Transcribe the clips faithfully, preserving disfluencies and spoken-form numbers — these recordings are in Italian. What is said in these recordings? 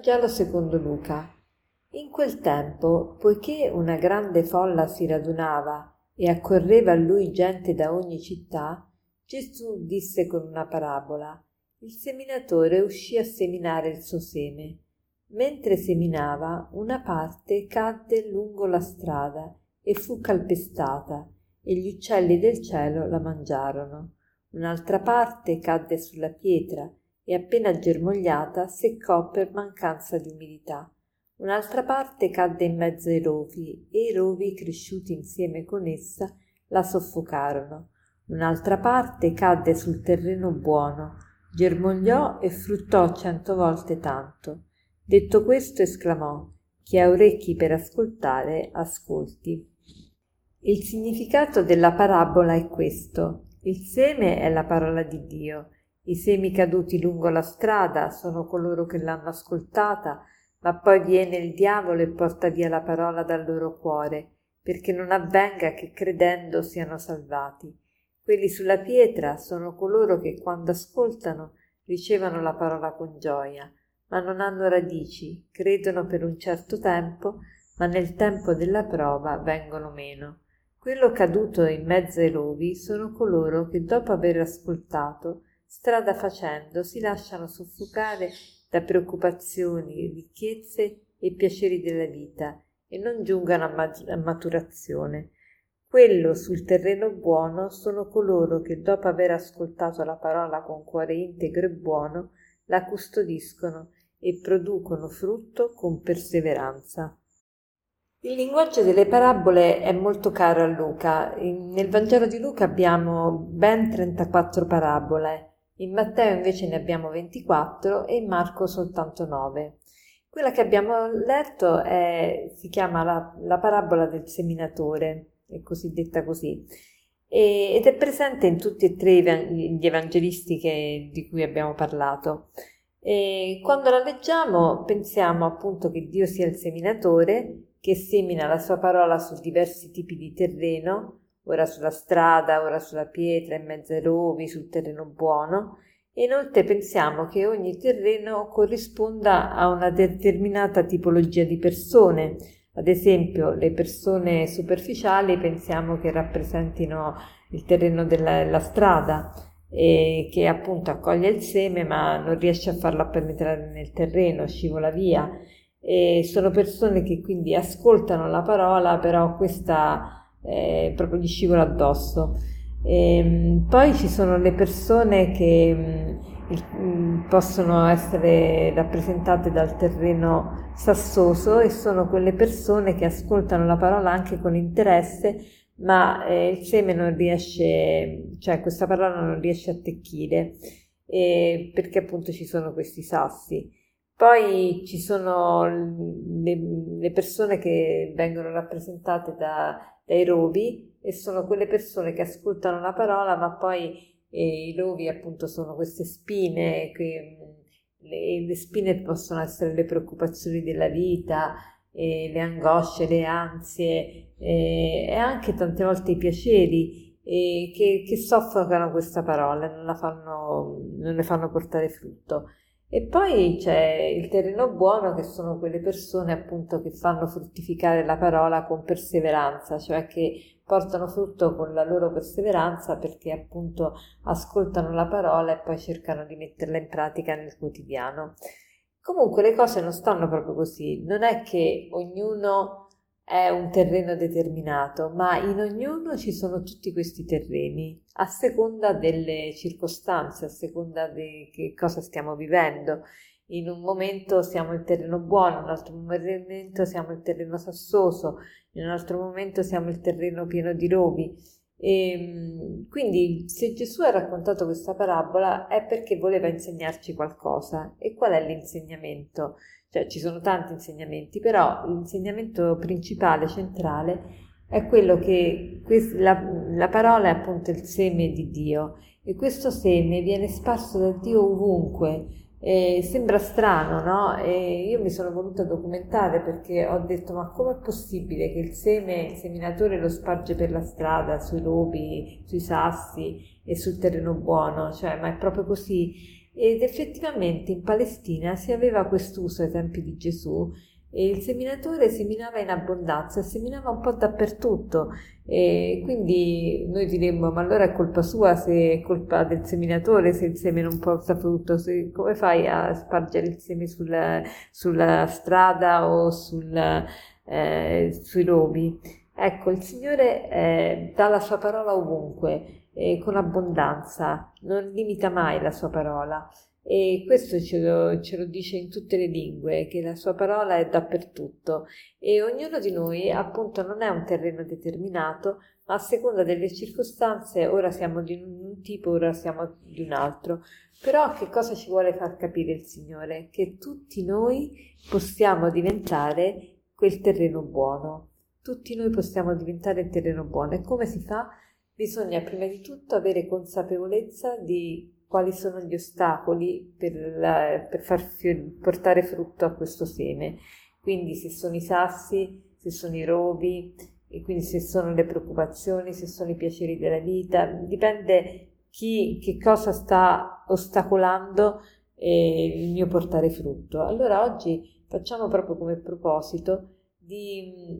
Vangelo secondo Luca. In quel tempo, poiché una grande folla si radunava e accorreva a lui gente da ogni città, Gesù disse con una parabola: il seminatore uscì a seminare il suo seme. Mentre seminava, una parte cadde lungo la strada e fu calpestata, e gli uccelli del cielo la mangiarono. Un'altra parte cadde sulla pietra e appena germogliata seccò per mancanza di umidità. Un'altra parte cadde in mezzo ai rovi e i rovi, cresciuti insieme con essa, la soffocarono. Un'altra parte cadde sul terreno buono, germogliò e fruttò cento volte tanto. Detto questo esclamò: chi ha orecchi per ascoltare, ascolti. Il significato della parabola è questo: il seme è la parola di Dio. I semi caduti lungo la strada sono coloro che l'hanno ascoltata, ma poi viene il diavolo e porta via la parola dal loro cuore, perché non avvenga che credendo siano salvati. Quelli sulla pietra sono coloro che quando ascoltano ricevono la parola con gioia, ma non hanno radici, credono per un certo tempo, ma nel tempo della prova vengono meno. Quello caduto in mezzo ai rovi sono coloro che dopo aver ascoltato, strada facendo, si lasciano soffocare da preoccupazioni, ricchezze e piaceri della vita e non giungano a, mat- a maturazione. Quello sul terreno buono sono coloro che dopo aver ascoltato la parola con cuore integro e buono, la custodiscono e producono frutto con perseveranza. Il linguaggio delle parabole è molto caro a Luca. In- nel Vangelo di Luca abbiamo ben trentaquattro parabole. In Matteo invece ne abbiamo ventiquattro e in Marco soltanto nove. Quella che abbiamo letto è, si chiama la, la parabola del seminatore, è cosiddetta così, e, ed è presente in tutti e tre gli evangelisti che, di cui abbiamo parlato. E quando la leggiamo pensiamo appunto che Dio sia il seminatore, che semina la sua parola su diversi tipi di terreno, ora sulla strada, ora sulla pietra, in mezzo ai rovi, sul terreno buono, e inoltre pensiamo che ogni terreno corrisponda a una determinata tipologia di persone. Ad esempio, le persone superficiali pensiamo che rappresentino il terreno della, della strada, e che appunto accoglie il seme ma non riesce a farlo penetrare nel terreno, scivola via. E sono persone che quindi ascoltano la parola, però questa eh, proprio gli scivola addosso. E, poi ci sono le persone che mh, possono essere rappresentate dal terreno sassoso, e sono quelle persone che ascoltano la parola anche con interesse, ma eh, il seme non riesce, cioè questa parola non riesce a attecchire, eh, perché appunto ci sono questi sassi. Poi ci sono le, le persone che vengono rappresentate da, dai rovi, e sono quelle persone che ascoltano la parola, ma poi eh, i rovi appunto sono queste spine, che, le, le spine possono essere le preoccupazioni della vita, eh, le angosce, le ansie, eh, e anche tante volte i piaceri, eh, che, che soffocano questa parola, non la fanno, non le fanno portare frutto. E poi c'è il terreno buono, che sono quelle persone appunto che fanno fruttificare la parola con perseveranza, cioè che portano frutto con la loro perseveranza, perché appunto ascoltano la parola e poi cercano di metterla in pratica nel quotidiano. Comunque le cose non stanno proprio così, non è che ognuno è un terreno determinato, ma in ognuno ci sono tutti questi terreni, a seconda delle circostanze, a seconda di che cosa stiamo vivendo. In un momento siamo il terreno buono, in un altro momento siamo il terreno sassoso, in un altro momento siamo il terreno pieno di rovi. E quindi se Gesù ha raccontato questa parabola è perché voleva insegnarci qualcosa. E qual è l'insegnamento? Cioè ci sono tanti insegnamenti, però l'insegnamento principale, centrale, è quello che quest- la, la parola è appunto il seme di Dio, e questo seme viene sparso da Dio ovunque. E sembra strano, no? E io mi sono voluta documentare, perché ho detto: ma com'è possibile che il seme, il seminatore lo sparge per la strada, sui rovi, sui sassi e sul terreno buono? Cioè, ma è proprio così? ed effettivamente in Palestina si aveva quest'uso ai tempi di Gesù e il seminatore seminava in abbondanza, seminava un po' dappertutto e quindi noi diremmo ma allora è colpa sua se è colpa del seminatore se il seme non porta frutto, se, come fai a spargere il seme sulla, sulla strada o sul, eh, sui rovi? Ecco, il Signore eh, dà la sua parola ovunque, eh, con abbondanza, non limita mai la sua parola. E questo ce lo, ce lo dice in tutte le lingue, che la sua parola è dappertutto e ognuno di noi appunto non è un terreno determinato, ma a seconda delle circostanze ora siamo di un tipo, ora siamo di un altro. Però che cosa ci vuole far capire il Signore? Che tutti noi possiamo diventare quel terreno buono, tutti noi possiamo diventare il terreno buono. E come si fa? Bisogna prima di tutto avere consapevolezza di quali sono gli ostacoli per, la, per far fior- portare frutto a questo seme. Quindi se sono i sassi, se sono i rovi, e quindi se sono le preoccupazioni, se sono i piaceri della vita, dipende chi, che cosa sta ostacolando eh, il mio portare frutto. Allora oggi facciamo proprio come proposito di,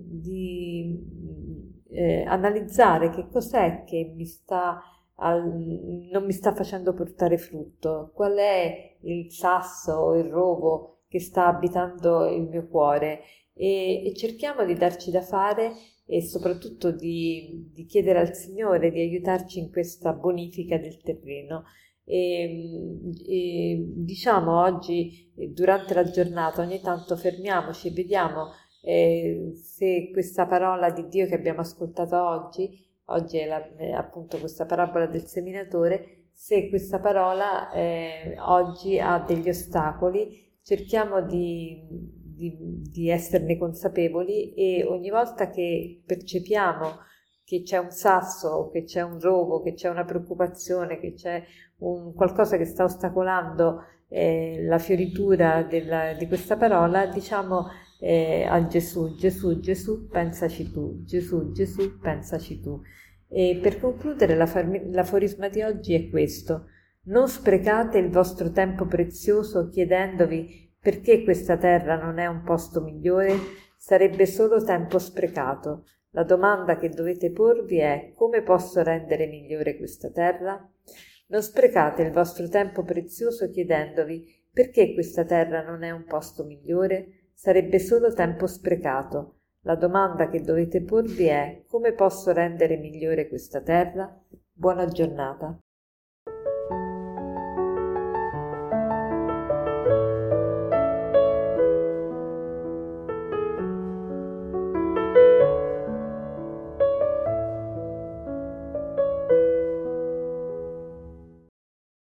di eh, analizzare che cos'è che mi sta Al, non mi sta facendo portare frutto, qual è il sasso o il rovo che sta abitando il mio cuore e, e cerchiamo di darci da fare e soprattutto di, di chiedere al Signore di aiutarci in questa bonifica del terreno. E, e diciamo oggi durante la giornata ogni tanto fermiamoci e vediamo eh, se questa parola di Dio che abbiamo ascoltato oggi Oggi è, la, è appunto questa parabola del seminatore, se questa parola eh, oggi ha degli ostacoli, cerchiamo di, di, di esserne consapevoli e ogni volta che percepiamo che c'è un sasso, che c'è un rovo, che c'è una preoccupazione, che c'è un qualcosa che sta ostacolando eh, la fioritura della, di questa parola, diciamo Eh, a Gesù, Gesù, Gesù, pensaci tu, Gesù, Gesù, pensaci tu. E per concludere la farmi- l'aforisma di oggi è questo: non sprecate il vostro tempo prezioso chiedendovi perché questa terra non è un posto migliore, sarebbe solo tempo sprecato. La domanda che dovete porvi è: come posso rendere migliore questa terra? Non sprecate il vostro tempo prezioso chiedendovi perché questa terra non è un posto migliore, sarebbe solo tempo sprecato. La domanda che dovete porvi è: come posso rendere migliore questa terra? Buona giornata.